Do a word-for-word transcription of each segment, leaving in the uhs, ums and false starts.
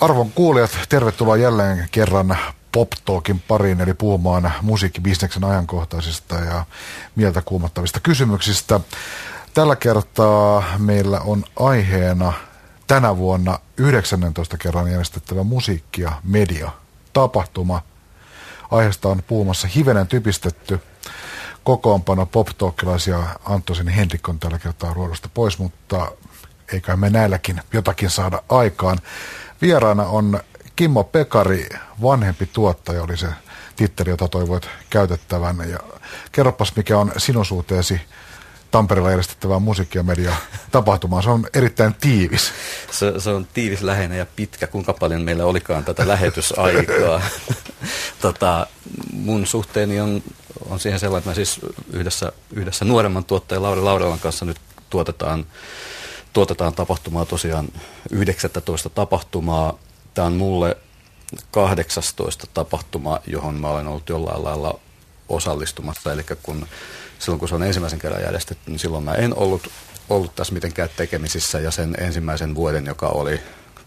Arvon kuulijat, tervetuloa jälleen kerran Pop Talkin pariin, eli puhumaan musiikkibisneksen ajankohtaisista ja mieltä kuumottavista kysymyksistä. Tällä kertaa meillä on aiheena tänä vuonna yhdeksännentoista kerran järjestettävä musiikki- ja media-tapahtuma. Aiheesta on puhumassa hivenen typistetty kokoonpano pop-talkilaisia. Anttosin Henrik on tällä kertaa ruodosta pois, mutta eiköhän me näilläkin jotakin saada aikaan. Vieraana on Kimmo Pekari, vanhempi tuottaja, oli se titteli, jota toivoit käytettävän. Ja kerropas, mikä on sinun suhteesi Tampereella järjestettävään musiikki- ja media-tapahtumaan. Se on erittäin tiivis. Se, se on tiivis, läheinen ja pitkä. Kuinka paljon meillä olikaan tätä lähetysaikaa. tota, mun suhteeni on, on siihen sellainen, että mä siis yhdessä, yhdessä nuoremman tuottajan Lauri Laurelan kanssa nyt tuotetaan, tuotetaan tapahtumaa, tosiaan yhdeksästoista tapahtumaa. Tämä on mulle kahdeksastoista tapahtuma, johon mä olen ollut jollain lailla osallistumassa. Eli kun, silloin kun se on ensimmäisen kerran järjestetty, niin silloin mä en ollut, ollut tässä mitenkään tekemisissä. Ja sen ensimmäisen vuoden, joka oli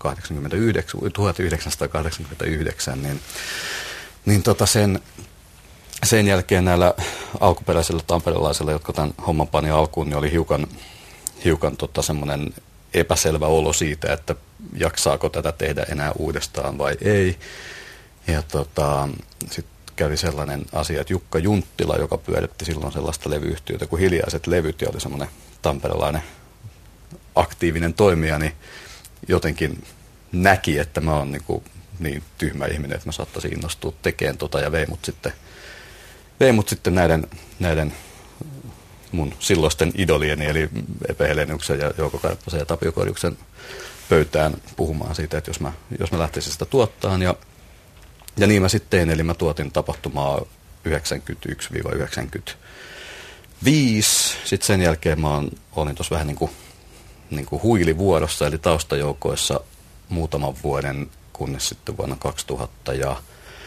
tuhatyhdeksänsataakahdeksankymmentäyhdeksän, niin, niin tota sen, sen jälkeen näillä alkuperäisillä tamperelaisilla, jotka tämän homman pani alkuun, niin oli hiukan, hiukan tota semmoinen epäselvä olo siitä, että jaksaako tätä tehdä enää uudestaan vai ei. Ja tota, sitten kävi sellainen asia, että Jukka Junttila, joka pyöritti silloin sellaista levyyhtiötä kuin Hiljaiset levyt ja oli semmoinen tamperelainen aktiivinen toimija, niin jotenkin näki, että mä oon niin, kuin niin tyhmä ihminen, että mä saattaisin innostua tekemään tota ja vei mut sitten, vei mut sitten näiden, näiden mun silloisten idolieni, eli Epe Heleniuksen ja Jouko Karppasen ja Tapio Korjuksen pöytään puhumaan siitä, että jos mä, jos mä lähtisin sitä tuottaan. Ja, ja niin mä sitten tein, eli mä tuotin tapahtumaa yhdeksänkymmentäyksi yhdeksänkymmentäviisi. Sitten sen jälkeen mä olin tuossa vähän niin kuin, niin kuin huilivuorossa, eli taustajoukoissa muutaman vuoden, kunnes sitten vuonna kaksituhattaviisi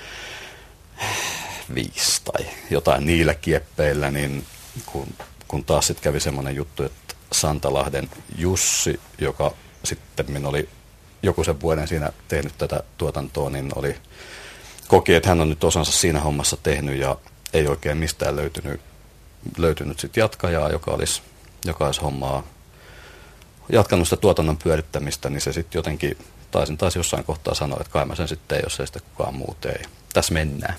tai jotain niillä kieppeillä, niin kun, kun taas sitten kävi semmoinen juttu, että Santalahden Jussi, joka sitten oli joku sen vuoden siinä tehnyt tätä tuotantoa, niin oli, koki, että hän on nyt osansa siinä hommassa tehnyt ja ei oikein mistään löytynyt, löytynyt sit jatkajaa, joka olisi, joka olisi hommaa jatkanut sitä tuotannon pyörittämistä, niin se sitten jotenkin taisin taas jossain kohtaa sanoa, että kai mä sen sitten ei, jos ei sitä kukaan muu tee. Tässä mennään.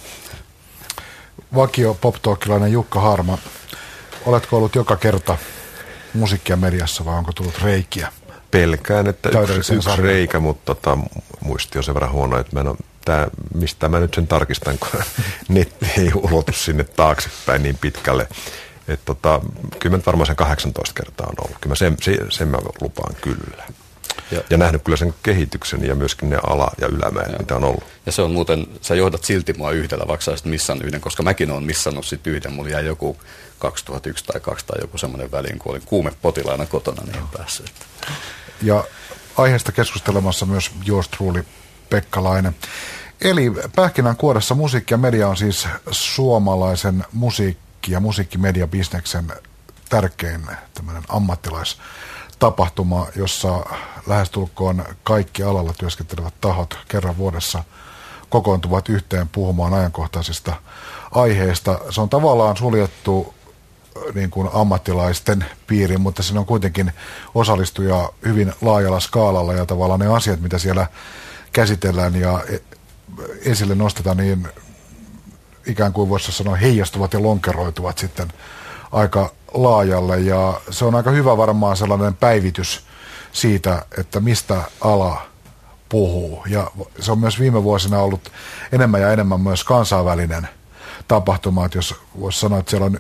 Vakio pop-talkilainen Jukka Harma, oletko ollut joka kerta musiikkia mediassa vai onko tullut reikiä? Pelkään, että yksi, yksi reikä, mutta tota, muisti on sen verran huono, että mä en ole, tää, mistä mä nyt sen tarkistan, kun netti ei ulotu sinne taaksepäin niin pitkälle. Että tota, kyllä mä varmaan sen kahdeksantoista kertaa on ollut. Kyllä mä sen, sen, sen mä lupaan kyllä. Ja, ja nähnyt kyllä sen kehityksen ja myöskin ne ala- ja ylämäet, mitä on ollut. Ja se on muuten, sä johdat silti mua yhdellä, vaikka sä olisit missannut yhden, koska mäkin olen missannut sit yhden. Mulla jäi joku kaksituhattayksi tai kaksi tai joku semmoinen väliin, kun olin kuumepotilaana kotona, niin en päässyt. Ja aiheesta keskustelemassa myös yours truly Pekka Laine. Eli pähkinänkuoressa musiikki ja media on siis suomalaisen musiikki- ja musiikkimediabisneksen tärkein tämmöinen ammattilaistapahtuma, jossa lähestulkoon kaikki alalla työskentelevät tahot kerran vuodessa kokoontuvat yhteen puhumaan ajankohtaisista aiheista. Se on tavallaan suljettu niin kuin ammattilaisten piiriin, mutta siinä on kuitenkin osallistuja hyvin laajalla skaalalla ja tavallaan ne asiat, mitä siellä käsitellään ja esille nostetaan, niin ikään kuin voisi sanoa heijastuvat ja lonkeroituvat sitten aika laajalle ja se on aika hyvä varmaan sellainen päivitys siitä, että mistä ala puhuu ja se on myös viime vuosina ollut enemmän ja enemmän myös kansainvälinen tapahtuma, että jos voisi sanoa, että siellä on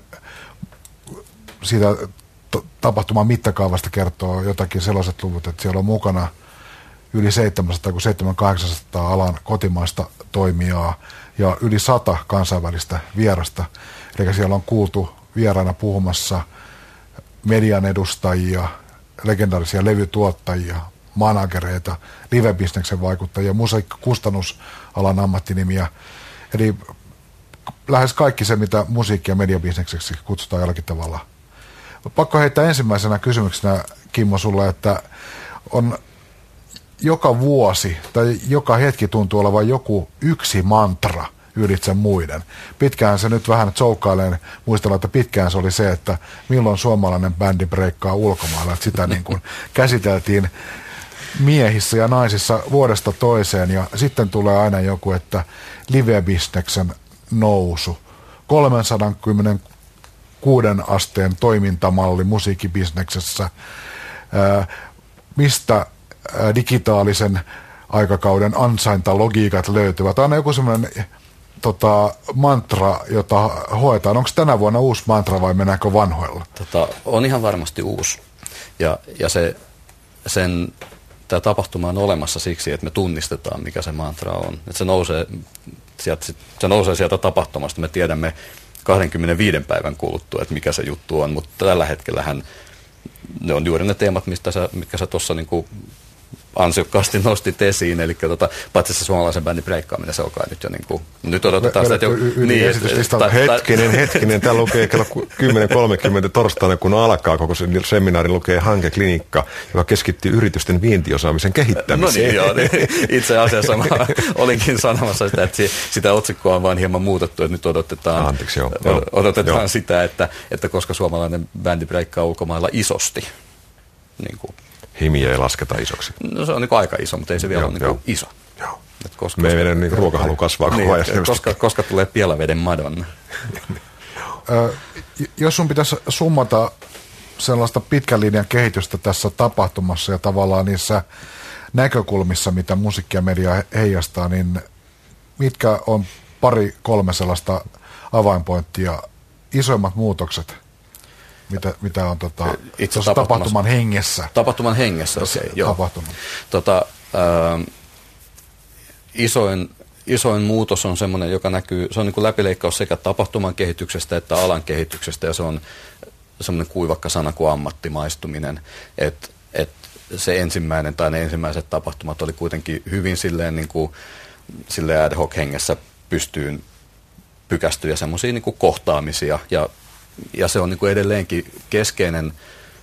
siitä tapahtuman mittakaavasta kertoo jotakin sellaiset luvut, että siellä on mukana yli seitsemänsataa kuin seitsemänsataa kahdeksansataa alan kotimaista toimijaa ja yli sata kansainvälistä vierasta. Eli siellä on kuultu vieraana puhumassa median edustajia, legendaarisia levytuottajia, managereita, live-bisneksen vaikuttajia, musiikkikustannusalan ammattinimiä. Eli lähes kaikki se, mitä musiikki- ja mediabisnekseksi kutsutaan jollakin tavalla. Pakko heittää ensimmäisenä kysymyksenä, Kimmo, sulle, että on joka vuosi tai joka hetki tuntuu olevan joku yksi mantra ylitse muiden. Pitkään se nyt vähän tsoukkailen, muistella, että pitkään se oli se, että milloin suomalainen bändi breikkaa ulkomailla. Että sitä niin kuin käsiteltiin miehissä ja naisissa vuodesta toiseen ja sitten tulee aina joku, että live-bisneksen nousu, kolmesataakymmentäkuusi asteen toimintamalli musiikkibisneksessä, ää, mistä ää, digitaalisen aikakauden ansaintalogiikat löytyvät. Aina joku semmoinen tota, mantra, jota hoetaan. Onko tänä vuonna uusi mantra vai mennäänkö vanhoilla? Tota, on ihan varmasti uusi. Ja, ja se, sen, tämä tapahtuma on olemassa siksi, että me tunnistetaan, mikä se mantra on. Että se nousee sieltä, se nousee sieltä tapahtumasta. Me tiedämme kaksikymmentäviisi päivän kuluttua, että mikä se juttu on, mutta tällä hetkellähän ne on juuri ne teemat, mistä sä, mitkä sä tuossa niinku ansiokkaasti nostit esiin, eli tota, paitsi se suomalaisen bändin breikkaaminen, se alkaa nyt jo niin kuin, nyt odotetaan sitä, että jo, niin, et, et, hetkinen, hetkinen, täällä lukee kello kymmenen kolmekymmentä torstaina, kun alkaa koko se seminaari, lukee hankeklinikka, joka keskittyy yritysten vientiosaamisen kehittämiseen. No niin, joo, niin, itse asiassa mä olinkin sanomassa sitä, että sitä otsikkoa on vaan hieman muutettu, että nyt odotetaan, Anteeksi, joo, odotetaan joo. sitä, että, että koska suomalainen bändi breikkaa ulkomailla isosti, niin kuin himiä ei lasketa isoksi. No se on niin aika iso, mutta ei se vielä joo, ole niin iso. Joo. Et koska, meidän niin ruokahalu kasvaa koko niin, ajan. Koska, koska tulee Pielaveden Madonna. Ö, jos sun pitäisi summata sellaista pitkän linjan kehitystä tässä tapahtumassa ja tavallaan niissä näkökulmissa, mitä musiikki ja media heijastaa, niin mitkä on pari kolme sellaista avainpointtia, isoimmat muutokset, mitä, mitä on tota, itse tapahtuman hengessä? Tapahtuman hengessä, okei. Okay, joo. Tota, äh, isoin, isoin muutos on semmoinen, joka näkyy, se on niin kuin läpileikkaus sekä tapahtuman kehityksestä että alan kehityksestä, ja se on semmoinen kuivakka sana kuin ammattimaistuminen, että et se ensimmäinen tai ne ensimmäiset tapahtumat oli kuitenkin hyvin silleen, niin kuin, silleen ad hoc hengessä pystyyn pykästyjä semmoisia niin kuin kohtaamisia, ja Ja se on niin kuin edelleenkin keskeinen,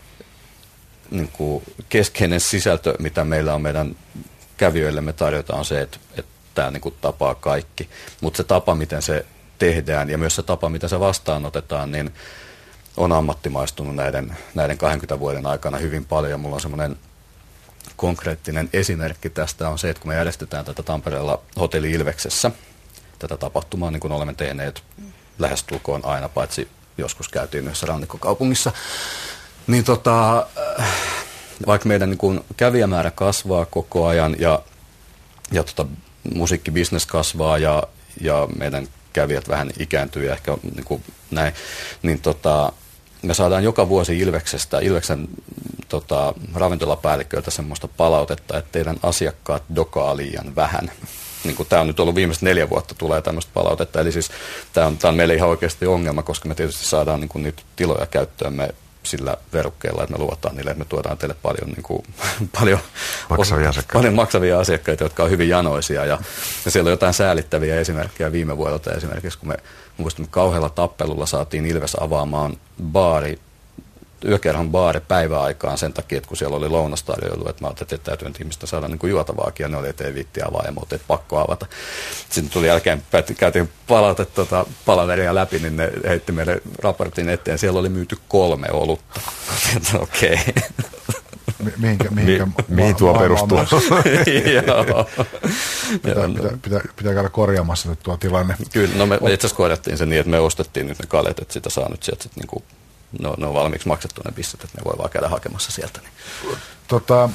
niin kuin keskeinen sisältö, mitä meillä on meidän kävijöillemme tarjotaan, on se, että, että tämä niin kuin tapaa kaikki. Mutta se tapa, miten se tehdään ja myös se tapa, miten se vastaanotetaan, niin on ammattimaistunut näiden, näiden kaksikymmentä vuoden aikana hyvin paljon. Ja mulla on semmoinen konkreettinen esimerkki tästä on se, että kun me järjestetään tätä Tampereella Hotelli Ilveksessä, tätä tapahtumaa, niin kuin olemme tehneet lähestulkoon aina, paitsi joskus käytiin yhdessä rannikkokaupungissa, niin tota, vaikka meidän niin kuin kävijämäärä kasvaa koko ajan ja, ja tota, musiikkibisnes kasvaa ja, ja meidän kävijät vähän ikääntyy ja ehkä niin kuin näin, niin tota, me saadaan joka vuosi Ilveksestä, Ilveksen tota, ravintolapäälliköiltä semmoista palautetta, että teidän asiakkaat dokaa liian vähän. Niin kuin tämä on nyt ollut viimeiset neljä vuotta, tulee tämmöistä palautetta. Eli siis tämä on, tämä on meille ihan oikeasti ongelma, koska me tietysti saadaan niin kuin niitä tiloja käyttöömme sillä verukkeella, että me luvataan niille, että me tuodaan teille paljon, niin kuin, paljon, maksavia osa, paljon maksavia asiakkaita, jotka on hyvin janoisia. Ja, ja siellä on jotain säälittäviä esimerkkejä viime vuodelta esimerkiksi, kun me muistamme kauhealla tappelulla saatiin Ilves avaamaan baari, yökerhon baari päiväaikaan sen takia, että kun siellä oli lounastarjoilu, että mä ajattelin, että täytyy nyt ihmistä saada niin kuin juotavaakin, ja ne oli, että ei viitti avaa, ja muuten, että pakko avata. Sitten tuli jälkeen, käytiin palautet tota, palaveria läpi, niin ne heitti meille raportin eteen, siellä oli myyty kolme olutta. Okei. Okay. Mihinkä, mihinkä Mi- mihin tuo perustuu? Joo. Pitää, pitää, pitää, pitää käydä korjaamassa nyt tuo tilanne. Kyllä, no me, me itse asiassa korjattiin sen niin, että me ostettiin nyt ne kalet, että sitä saa nyt sieltä sitten niin kuin No, ne on valmiiksi maksettu ne pistet, että ne voi vaan käydä hakemassa sieltä. Niin. Tota,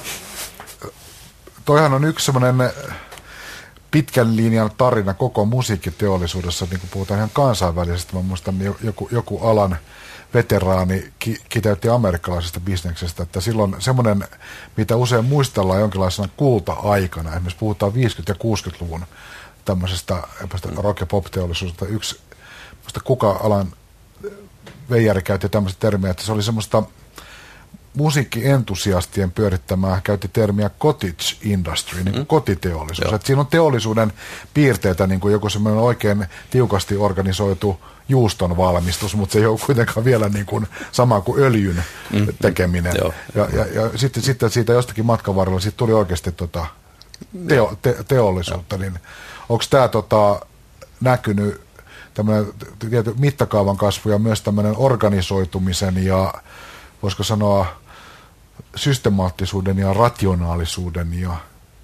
toihan on yksi semmoinen pitkän linjan tarina koko musiikkiteollisuudessa, niin kun puhutaan ihan kansainvälisesti. Mä muistan, joku, joku alan veteraani ki, kiteytti amerikkalaisesta bisneksestä, että silloin semmoinen, mitä usein muistellaan jonkinlaisena kulta-aikana, esimerkiksi puhutaan viisikymmentä- ja kuusikymmentäluvun tämmöisestä rock- ja pop-teollisuudesta. Yksi, kuka alan veijari käytti tämmöistä termiä, että se oli semmoista musiikkientusiastien pyörittämää, käytti termiä cottage industry, niin kuin mm. kotiteollisuus. Että siinä on teollisuuden piirteitä, niin kuin joku semmoinen oikein tiukasti organisoitu juuston valmistus, mutta se ei ole kuitenkaan vielä niin kuin sama kuin öljyn mm. tekeminen. Mm. Ja, ja, ja sitten, sitten siitä jostakin matkan varrella siitä tuli oikeasti tota teo, te, teollisuutta. Niin onko tämä tota, näkynyt tämmöinen mittakaavan kasvu ja myös tämmöinen organisoitumisen ja voisiko sanoa systemaattisuuden ja rationaalisuuden ja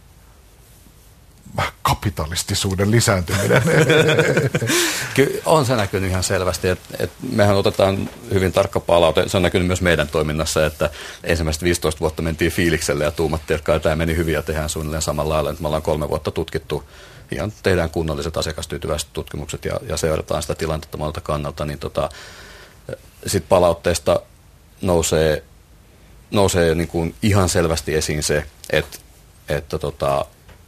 kapitalistisuuden lisääntyminen? Kyllä on se näkynyt ihan selvästi, että, että mehän otetaan hyvin tarkka palaute, se on näkynyt myös meidän toiminnassa, että ensimmäiset viisitoista vuotta mentiin fiilikselle ja tuumattiin, että tämä meni hyvin ja tehdään suunnilleen samalla lailla, että me ollaan kolme vuotta tutkittu, ihan tehdään kunnolliset asiakastyytyväiset tutkimukset ja, ja seurataan sitä tilannetta monelta kannalta, niin tota, sitten palautteesta nousee, nousee niin kuin ihan selvästi esiin se, että, että tota,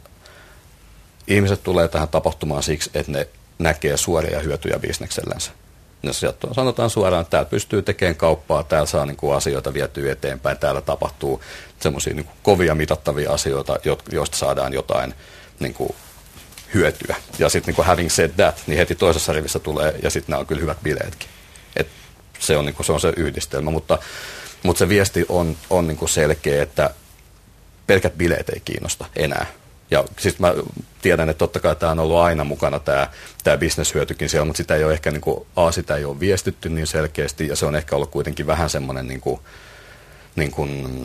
ihmiset tulee tähän tapahtumaan siksi, että ne näkee suoria hyötyjä bisneksellänsä. Ne sanotaan suoraan, että täällä pystyy tekemään kauppaa, täällä saa niin kuin asioita vietyä eteenpäin, täällä tapahtuu semmoisia niin kuin kovia mitattavia asioita, joista saadaan jotain niin kuin hyötyä. Ja sitten niin having said that, niin heti toisessa rivissä tulee, ja sitten nämä on kyllä hyvät bileetkin. Et se, on, niin kuin, se on se yhdistelmä, mutta, mutta se viesti on, on niin kuin selkeä, että pelkät bileet ei kiinnosta enää. Ja siis mä tiedän, että totta kai tämä on ollut aina mukana, tämä, tämä bisneshyötykin siellä, mutta sitä ei ole ehkä, niin kuin, A, sitä ei ole viestitty niin selkeästi, ja se on ehkä ollut kuitenkin vähän semmoinen, niin kuin, niin kuin,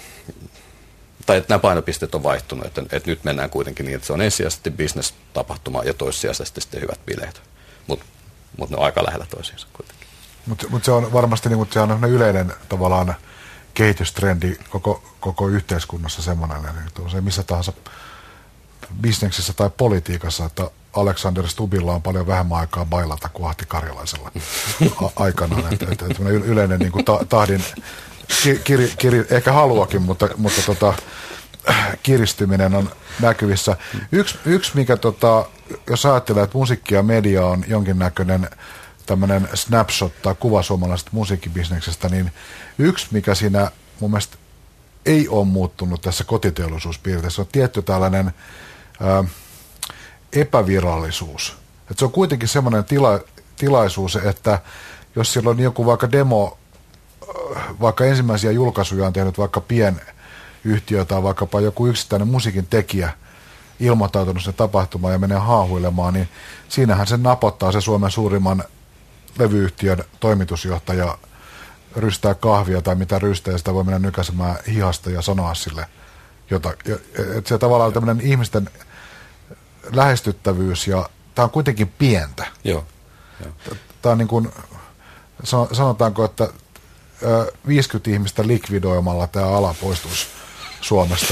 tai että nämä painopisteet on vaihtunut, että, että nyt mennään kuitenkin niin, että se on ensisijaisesti business-tapahtuma ja toissijaisesti sitten hyvät bileet, mutta mut ne on aika lähellä toisiinsa kuitenkin. Mutta mut se on varmasti niin, se on yleinen tavallaan kehitystrendi koko, koko yhteiskunnassa semmoinen, että on se missä tahansa bisneksessä tai politiikassa, että Alexander Stubbilla on paljon vähemmän aikaa bailata kuin Ahti Karjalaisella aikanaan. Että, että, että yleinen niin kuin ta, tahdin, kiri, kiri, ehkä haluakin, mutta, mutta tota, kiristyminen on näkyvissä. Yksi, yksi mikä, tota, jos ajattelee, että musiikki ja media on jonkinnäköinen tämmöinen snapshot tai kuva suomalaisesta musiikkibisneksestä, niin yksi, mikä siinä mun mielestä ei ole muuttunut tässä kotiteollisuuspiirteessä, on tietty tällainen ää, epävirallisuus. Et se on kuitenkin semmoinen tila, tilaisuus, että jos siellä on joku vaikka demo, vaikka ensimmäisiä julkaisuja on tehnyt vaikka pienyhtiö tai vaikkapa joku yksittäinen musiikin tekijä ilmoittautunut se tapahtumaan ja menee haahuilemaan, niin siinähän se napottaa se Suomen suurimman levyyhtiön toimitusjohtaja rystää kahvia tai mitä rystää, ja sitä voi mennä nykäisemään hihasta ja sanoa sille jotain. Että se tavallaan tämmöinen ihmisten lähestyttävyys, ja tämä on kuitenkin pientä. Joo. Joo. Tämä on niin kuin, sanotaanko, että viisikymmentä ihmistä likvidoimalla tämä ala poistuisi Suomesta.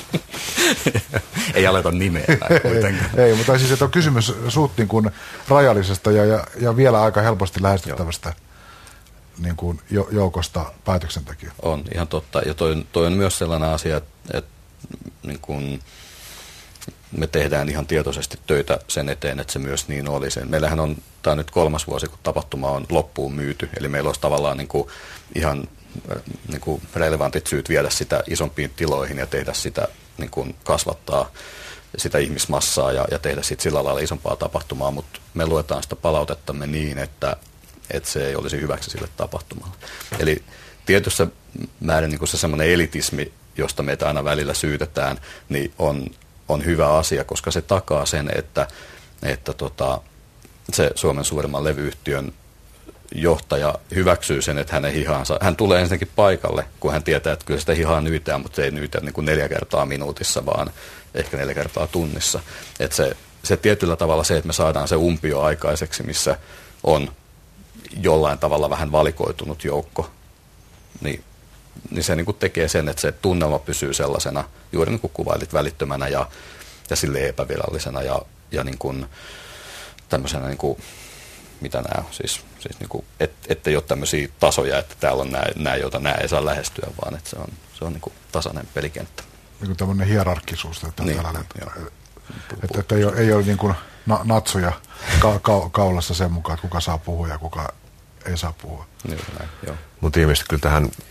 Ei aleta nimeä kuitenkaan. Ei, ei, mutta siis että on kysymys suht niin kuin rajallisesta ja, ja, ja vielä aika helposti lähestyttävästä niin kuin joukosta päätöksentekijä. On ihan totta. Ja toi, toi on myös sellainen asia, että, että niin kuin me tehdään ihan tietoisesti töitä sen eteen, että se myös niin olisi. Meillähän on, tämä on nyt kolmas vuosi, kun tapahtuma on loppuun myyty, eli meillä olisi tavallaan niin kuin ihan niin kuin relevantit syyt viedä sitä isompiin tiloihin ja tehdä sitä, niin kuin kasvattaa sitä ihmismassaa ja, ja tehdä sitten sillä lailla isompaa tapahtumaa, mutta me luetaan sitä palautettamme niin, että, että se ei olisi hyväksi sille tapahtumalle. Eli tietyssä määrin niin kuin se semmoinen elitismi, josta meitä aina välillä syytetään, niin on, on hyvä asia, koska se takaa sen, että, että tota, se Suomen suurimman levyyhtiön johtaja hyväksyy sen, että hänen hihansa, hän tulee ensinnäkin paikalle, kun hän tietää, että kyllä sitä hihaa nyytää, mutta se ei nyytä niin kuin neljä kertaa minuutissa, vaan ehkä neljä kertaa tunnissa. Että se, se tietyllä tavalla se, että me saadaan se umpio aikaiseksi, missä on jollain tavalla vähän valikoitunut joukko, niin, niin se niin kuin tekee sen, että se tunnelma pysyy sellaisena, juuri niin kuin kuvailit, välittömänä ja, ja silleen epävirallisena ja, ja niin kuin tämmöisenä niin kuin mitä nämä on, siis, siis niin kuin, et, ettei ole tämmöisiä tasoja, että täällä on nämä, nämä joita nämä ei saa lähestyä, vaan että se on, se on niin kuin tasainen pelikenttä. Niin kuin tämmöinen hierarkkisuus, että, niin, tällainen, että, että, että ei ole, ei ole niin kuin na, natsuja ka, ka, kaulassa sen mukaan, että kuka saa puhua ja kuka ei saa puhua. Niin, näin, joo. Mutta ilmeisesti kyllä tähän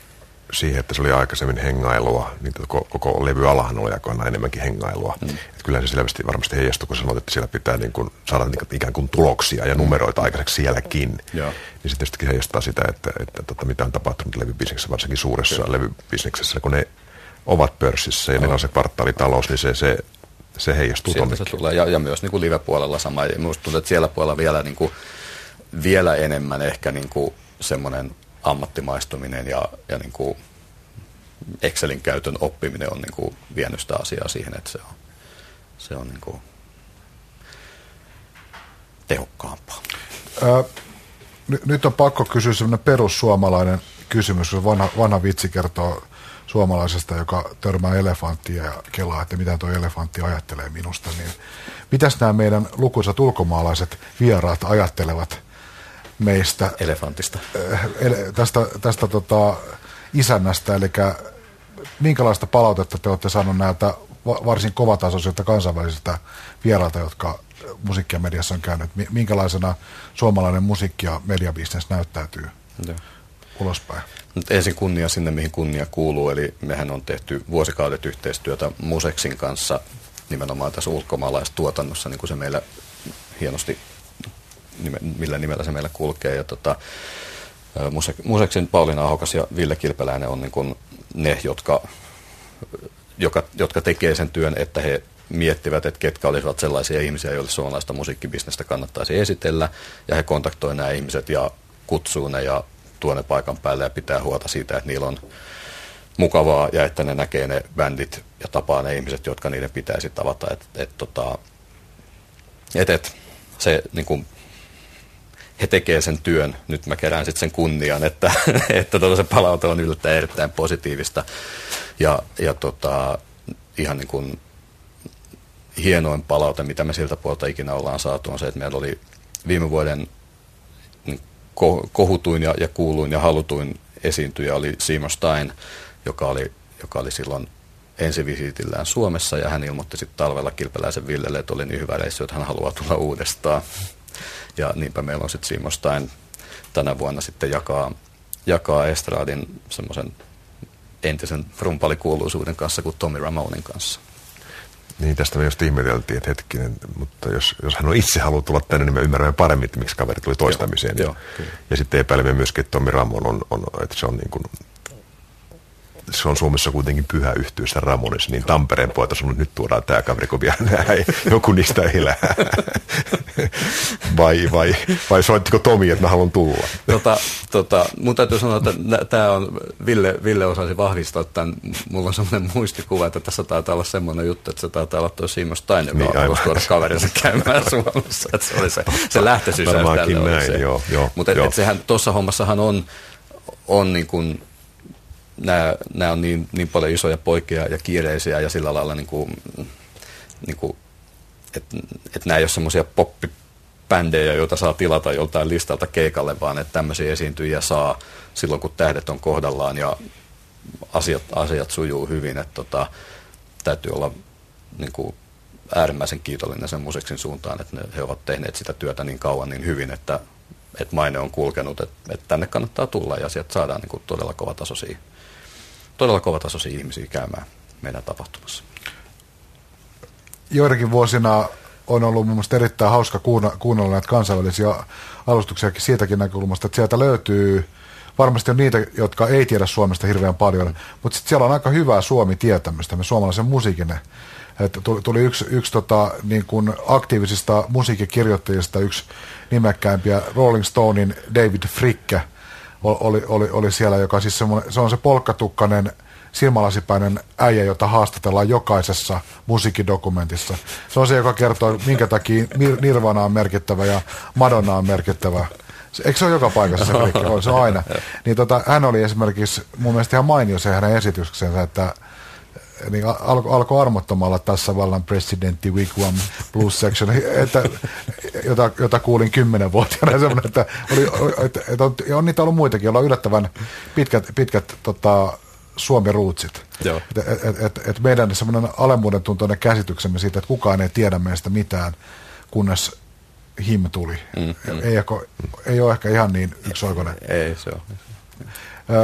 siihen, että se oli aikaisemmin hengailua, niin koko, koko levyalahan oli aikoinaan enemmänkin hengailua. Mm. Että kyllähän se selvästi varmasti heijastui, kun sanoit, että siellä pitää niin kuin saada niin kuin ikään kuin tuloksia ja numeroita aikaiseksi sielläkin. Mm. Niin se tietysti heijastaa sitä, että, että, että mitä on tapahtunut levybisneksessä, varsinkin suuressa mm. levybisneksessä, kun ne ovat pörssissä ja oh. ne on se kvartaalitalous, niin se, se, se heijastuu tonnekin. Se tulee. Ja, ja myös niin kuin live-puolella sama. Ja minusta tuntuu, että siellä puolella vielä, niin kuin, vielä enemmän ehkä niin kuin semmoinen ammattimaistuminen ja, ja niin kuin Excelin käytön oppiminen on niin kuin vienyt sitä asiaa siihen, että se on, se on niin kuin tehokkaampaa. Ää, n- nyt on pakko kysyä sellainen perussuomalainen kysymys, kun vanha, vanha vitsi kertoo suomalaisesta, joka törmää elefanttia ja kelaa, että mitä tuo elefantti ajattelee minusta, niin mitäs nämä meidän lukuisat ulkomaalaiset vieraat ajattelevat meistä elefantista ele, tästä, tästä tota, isännästä, eli minkälaista palautetta te olette saaneet näiltä varsin kovatasoisilta kansainvälisiltä vierailta, jotka musiikki- ja mediassa on käynyt, minkälaisena suomalainen musiikki- ja mediabisnes näyttäytyy Joo. ulospäin? Nyt ensin kunnia sinne, mihin kunnia kuuluu, eli mehän on tehty vuosikaudet yhteistyötä Museksin kanssa nimenomaan tässä ulkomaalaistuotannossa, niin kuin se meillä hienosti, millä nimellä se meillä kulkee. Ja tota, Museksin Pauliina Ahokas ja Ville Kilpeläinen on niin kuin ne, jotka, joka, jotka tekee sen työn, että he miettivät, että ketkä olisivat sellaisia ihmisiä, joille suomalaista musiikkibisnestä kannattaisi esitellä, ja he kontaktoivat nämä ihmiset ja kutsuu ne ja tuo ne paikan päälle ja pitää huolta siitä, että niillä on mukavaa ja että ne näkee ne bändit ja tapaa ne ihmiset, jotka niiden pitäisi tavata. Et, et, tota, et, et, se, niin kuin, he tekee sen työn, nyt mä kerään sitten sen kunnian, että, että tota, se palaute on yllättäen erittäin positiivista ja, ja tota, ihan niin kuin hienoin palaute, mitä me siltä puolta ikinä ollaan saatu, on se, että meillä oli viime vuoden kohutuin ja, ja kuuluin ja halutuin esiintyjä oli Seymour Stein, joka oli, joka oli silloin ensivisiitillään Suomessa, ja hän ilmoitti sitten talvella Kilpeläisen Villelle, että oli niin hyvä reissu, että hän haluaa tulla uudestaan. Ja niinpä meillä on sitten Seymour Stein tänä vuonna sitten jakaa, jakaa estradin semmoisen entisen rumpalikuuluisuuden kanssa kuin Tommy Ramonen kanssa. Niin, tästä me just ihmeteltiin, että hetkinen, mutta jos, jos hän on itse halunnut tulla tänne, niin me ymmärrämme paremmin, että miksi kaveri tuli toistamiseen. Joo, ja, joo, ja sitten epäilemme myöskin, että Tommy Ramon on, on että se on niin kuin, se on Suomessa kuitenkin pyhä yhtyeessä Ramones, niin Tampereen poita sanoo, että nyt tuodaan tämä kaveri, kun vielä joku niistä elää. vai, vai, vai soittiko Tomi, että mä haluan tulla? Tota, tota, mun täytyy sanoa, että tämä on, Ville, Ville osasi vahvistaa tämän, mulla on sellainen muistikuva, että tässä taitaa olla semmoinen juttu, että se taitaa olla tuo Seymour Stein, joka niin, haluaisi tuoda kaverinsa käymään Suomessa, että se oli se, se lähtösysäys tälle oli se. Joo, joo, mutta et, et sehän, tuossa hommassahan on, on niin kuin, Nämä, nämä on niin, niin paljon isoja poikia ja kiireisiä ja sillä lailla, niin kuin, niin kuin, että et nämä ei ole semmoisia poppibändejä, joita saa tilata joltain listalta keikalle, vaan että tämmöisiä esiintyjiä saa silloin, kun tähdet on kohdallaan ja asiat, asiat sujuu hyvin. Että tota, täytyy olla niin kuin, äärimmäisen kiitollinen sen Museksin suuntaan, että ne, he ovat tehneet sitä työtä niin kauan niin hyvin, että, että maine on kulkenut, että, että tänne kannattaa tulla ja sieltä saadaan niin kuin, todella kovatasoisia todella kovatasoisia ihmisiä käymään meidän tapahtumassa. Joidenkin vuosina on ollut mun mielestä erittäin hauska kuunnella näitä kansainvälisiä alustuksiakin siitäkin näkökulmasta, että sieltä löytyy, varmasti on niitä, jotka ei tiedä Suomesta hirveän paljon, mutta sitten siellä on aika hyvää Suomi-tietämystä, me suomalaisen musiikin. Että tuli yksi, yksi tota, niin kuin aktiivisista musiikkikirjoittajista, yksi nimekkäimpiä, Rolling Stonein David Fricke, Oli, oli, oli siellä, joka siis se on se polkkatukkainen, silmälasipäinen äijä, jota haastatellaan jokaisessa musiikkidokumentissa. Se on se, joka kertoo, minkä takia Nirvana on merkittävä ja Madonna on merkittävä. Eikö se ole joka paikassa se Frikki? Se on aina. Niin tota, hän oli esimerkiksi mun mielestä ihan mainio se hänen esityksensä, että niin alkoi alko armottomalla tässä vallan presidentti Wigwam blues section, että, jota, jota kuulin kymmenenvuotiaana semmoinen, että, oli, että, että on, on niitä ollut muitakin, joilla on yllättävän pitkät, pitkät tota, Suomi-ruutsit. Että et, et, et meidän semmoinen alemmuuden tuntoinen käsityksemme siitä, että kukaan ei tiedä meistä mitään, kunnes him tuli. Mm, mm. Ei, ei ole ehkä ihan niin yksioikoinen. Ei se ole.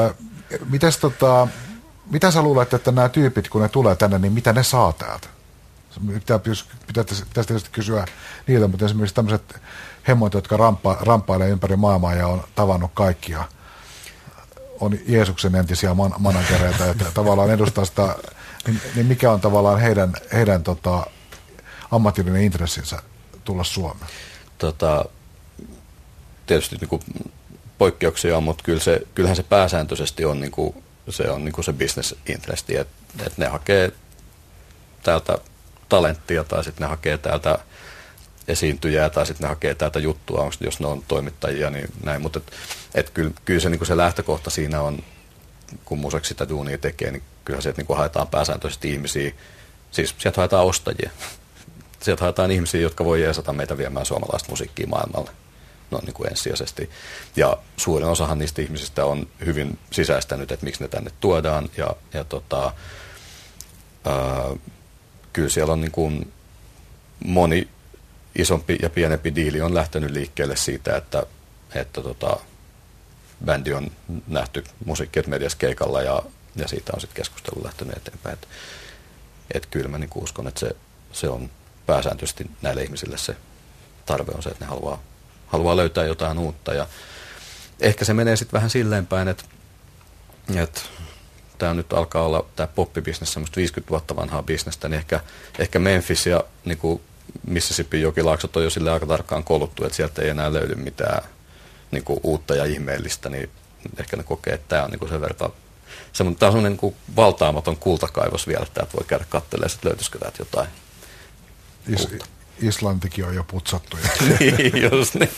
Mites tota, mitä sä luulet, että nämä tyypit, kun ne tulee tänne, niin mitä ne saa täältä? Pitää, pitää tästä tietysti kysyä niiltä, mutta esimerkiksi tämmöiset hemmot, jotka rampa, ramppailee ympäri maailmaa ja on tavannut kaikkia, on Jeesuksen entisiä man, managereita, että tavallaan edustaa sitä, niin, niin mikä on tavallaan heidän, heidän tota, ammatillinen intressinsä tulla Suomeen? Tota, tietysti niin kuin poikkeuksia on, mutta kyllä se, kyllähän se pääsääntöisesti on, niin kuin, se, on niin kuin se business-interesti, että et ne hakee täältä talenttia tai sitten ne hakee täältä esiintyjää tai sitten ne hakee täältä juttua, onko, jos ne on toimittajia, niin näin, mutta et, et kyllä, kyllä se, niin se lähtökohta siinä on, kun museksi sitä duunia tekee, niin kyllähän sieltä niin haetaan pääsääntöisesti ihmisiä, siis sieltä haetaan ostajia, sieltä haetaan ihmisiä, jotka voi jeesata meitä viemään suomalaista musiikkia maailmalle, no niin kuin ensisijaisesti, ja suurin osahan niistä ihmisistä on hyvin sisäistänyt, että miksi ne tänne tuodaan, ja, ja tota, ää, kyllä siellä on niin kuin moni isompi ja pienempi diili on lähtenyt liikkeelle siitä, että, että tota, bändi on nähty musiikki- mediassa keikalla ja, ja siitä on sitten keskustelu lähtenyt eteenpäin. Että et kyllä mä niin uskon, että se, se on pääsääntöisesti näille ihmisille se tarve on se, että ne haluaa, haluaa löytää jotain uutta. Ja ehkä se menee sitten vähän silleen päin, että, että tämä nyt alkaa olla tämä poppibisnes, semmoista viisikymmentä vuotta vanhaa bisnestä, niin ehkä, ehkä Memphis ja niin kuin Mississippi jokilaaksot on jo sille aika tarkkaan koluttu, että sieltä ei enää löydy mitään niin kuin uutta ja ihmeellistä, niin ehkä ne kokee, että tämä on niin kuin sen verran, tämä on semmoinen niin kuin valtaamaton kultakaivos vielä, että täältä voi käydä katselemaan, että löytyisikö täältä jotain Is, Islantikin on jo putsattu. Niin, just niin.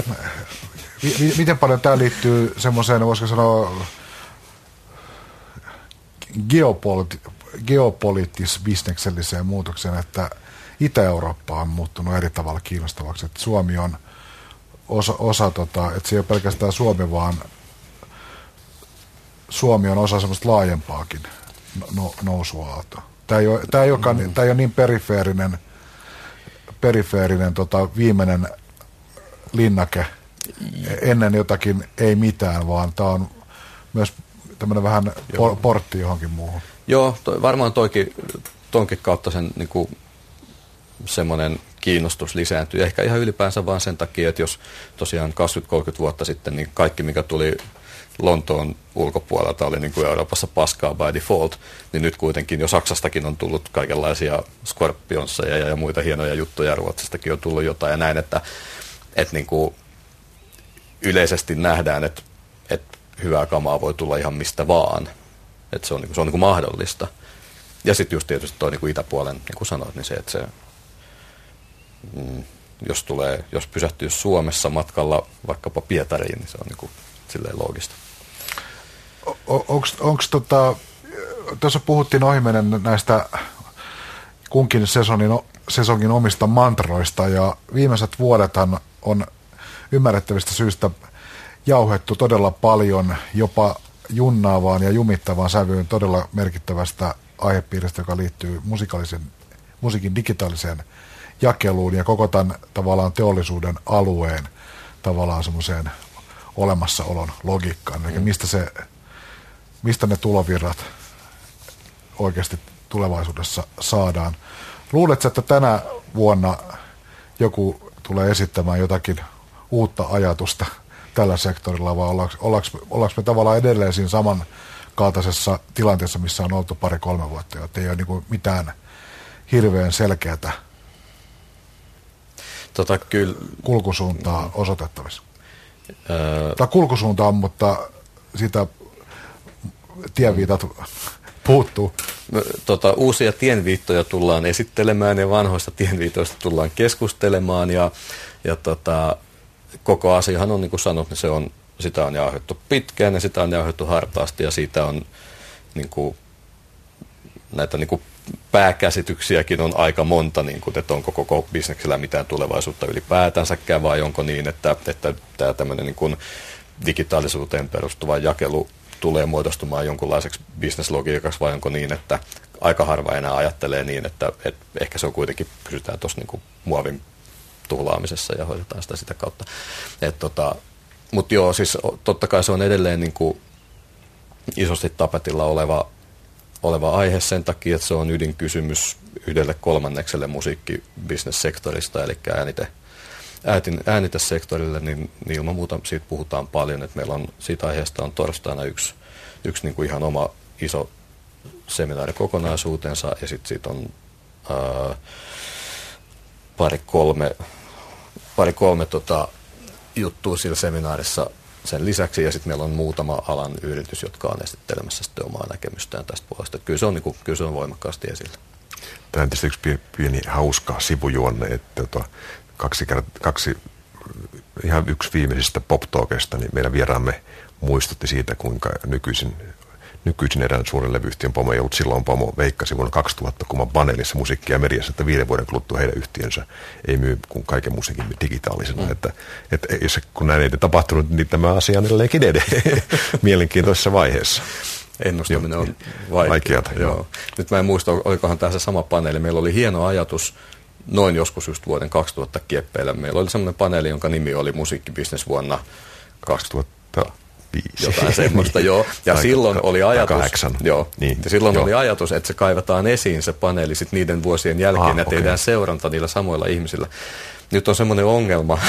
Miten paljon tämä liittyy semmoiseen, voisiko sanoa, geopoliti- geopoliittis-bisnekselliseen muutokseen, että Itä-Eurooppa on muuttunut eri tavalla kiinnostavaksi. Että Suomi on osa, osa tota, että se ei ole pelkästään Suomi, vaan Suomi on osa semmoista laajempaakin no, nousuaaltoa. Tämä ei ole, tämä ei olekaan, mm-hmm. tämä ei ole niin perifeerinen, perifeerinen tota, viimeinen linnake ennen jotakin ei mitään, vaan tämä on myös tämmöinen vähän por- portti johonkin muuhun. Joo, toi, varmaan toikin, tonkin kautta sen niin kuin semmoinen kiinnostus lisääntyy. Ehkä ihan ylipäänsä vaan sen takia, että jos tosiaan kaksikymmentä kolmekymmentä vuotta sitten, niin kaikki mikä tuli Lontoon ulkopuolelta oli niin kuin Euroopassa paskaa by default, niin nyt kuitenkin jo Saksastakin on tullut kaikenlaisia Scorpionsseja ja muita hienoja juttuja, Ruotsistakin on tullut jotain ja näin, että, että niin kuin yleisesti nähdään, että, että hyvää kamaa voi tulla ihan mistä vaan, että se on, niin kuin, se on niin kuin mahdollista. Ja sitten just tietysti tuo niin kuin itäpuolen, niin kuin sanoit, niin se, että se Mm, jos, tulee, jos pysähtyy Suomessa matkalla vaikkapa Pietariin, niin se on niin kuin silleen loogista. Onko tota, tuossa puhuttiin ohimennen näistä kunkin sesongin, sesongin omista mantroista, ja viimeiset vuodethan on ymmärrettävistä syistä jauhettu todella paljon jopa junnaavaan ja jumittavaan sävyyn todella merkittävästä aihepiiristä, joka liittyy musiikallisen, musiikin digitaaliseen jakeluun ja koko tämän tavallaan teollisuuden alueen tavallaan semmoiseen olemassaolon logiikkaan. Eli mistä, se, mistä ne tulovirrat oikeasti tulevaisuudessa saadaan. Luuletko, että tänä vuonna joku tulee esittämään jotakin uutta ajatusta tällä sektorilla, vai ollaanko, ollaanko, ollaanko me tavallaan edelleen siinä samankaltaisessa tilanteessa, missä on oltu pari-kolme vuotta, jotta ei ole niin kuin mitään hirveän selkeätä Tota, kyllä, kulkusuuntaa osoitettavissa. Öö, tai kulkusuunta on, mutta sitä tienviitat puuttuu. Tota, uusia tienviittoja tullaan esittelemään ja vanhoista tienviitoista tullaan keskustelemaan ja, ja tota, koko asiahan on, niin kuin sanot, niin se on, sitä on jauhettu pitkään ja sitä on jauhettu hartaasti ja siitä on niin kuin, näitä niin kuin pääkäsityksiäkin on aika monta, niin kuin, että onko koko bisneksellä mitään tulevaisuutta ylipäätänsäkään vai onko niin, että, että tämä tämmöinen niin kuin digitaalisuuteen perustuva jakelu tulee muodostumaan jonkunlaiseksi bisneslogiikaksi vai onko niin, että aika harva enää ajattelee niin, että, että ehkä se on kuitenkin, pysytään tuossa niin kuin muovin tuhlaamisessa ja hoidetaan sitä sitä kautta. Tota, mutta joo, siis totta kai se on edelleen niin kuin isosti tapetilla oleva, oleva aihe sen takia, että se on ydinkysymys yhdelle kolmannekselle musiikkibisnessektorista, eli äänite, äätin, äänitesektorille, niin, niin ilman muuta siitä puhutaan paljon, että meillä on siitä aiheesta on torstaina yksi, yksi niin kuin ihan oma iso seminaari kokonaisuutensa, ja sitten siitä on ää, pari kolme, pari kolme tota, juttua sillä seminaarissa sen lisäksi, ja sitten meillä on muutama alan yritys, jotka on esittelemässä sitten omaa näkemystään tästä puolesta. Kyllä se on, niin kuin, kyllä se on voimakkaasti esillä. Tämä on tietysti yksi pieni hauska sivujuonne, että tota, kaksi, kaksi ihan yksi viimeisistä pop-talkeista, niin meidän vieraamme muistutti siitä, kuinka nykyisin Nykyisin erään suuren levyyhtiön pomo ei ollut silloin pomo, veikkasi vuonna kaksituhatta, kun mä paneelissa musiikkia ja mediassa, että viiden vuoden kuluttua heidän yhtiönsä ei myy kuin kaiken musiikin digitaalisena. Mm. Että, että jos, kun näin ei tapahtunut, niin tämä asia on edelleenkin edelleen mielenkiintoisessa vaiheessa. Ennustaminen on vaikeaa. vaikeata. Joo. Joo. Nyt mä en muista, olikohan tämä se sama paneeli. Meillä oli hieno ajatus noin joskus just vuoden kaksituhatta kieppeillä. Meillä oli semmoinen paneeli, jonka nimi oli Musiikkibisnes vuonna kaksituhatta. Jotain semmoista, joo. Ja tai silloin oli ajatus, joo, niin, ja silloin joo. oli ajatus, että se kaivataan esiin se paneeli sit niiden vuosien jälkeen, ah, ja tehdään okay. seuranta niillä samoilla ihmisillä. Nyt on semmoinen ongelma,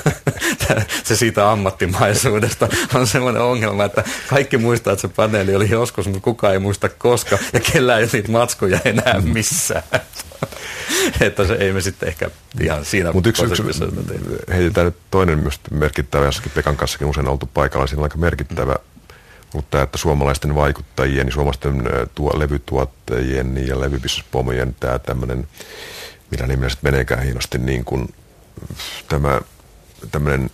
se siitä ammattimaisuudesta on semmoinen ongelma, että kaikki muistaa, että se paneeli oli joskus, mutta kukaan ei muista koska, ja kellään ei niitä matskuja enää missään. Että se ei me sitten ehkä ihan siinä Mutta yksi, yksi heitetään nyt toinen myös merkittävä, jossakin Pekan kanssakin usein oltu paikalla, siinä on aika merkittävä ollut tämä, että suomalaisten vaikuttajien ja suomalaisten tuo, levytuottajien ja levybisnespomojen tämä tämmöinen, millä nimellä sitten meneekään hienosti, niin kuin tämä tämmöinen,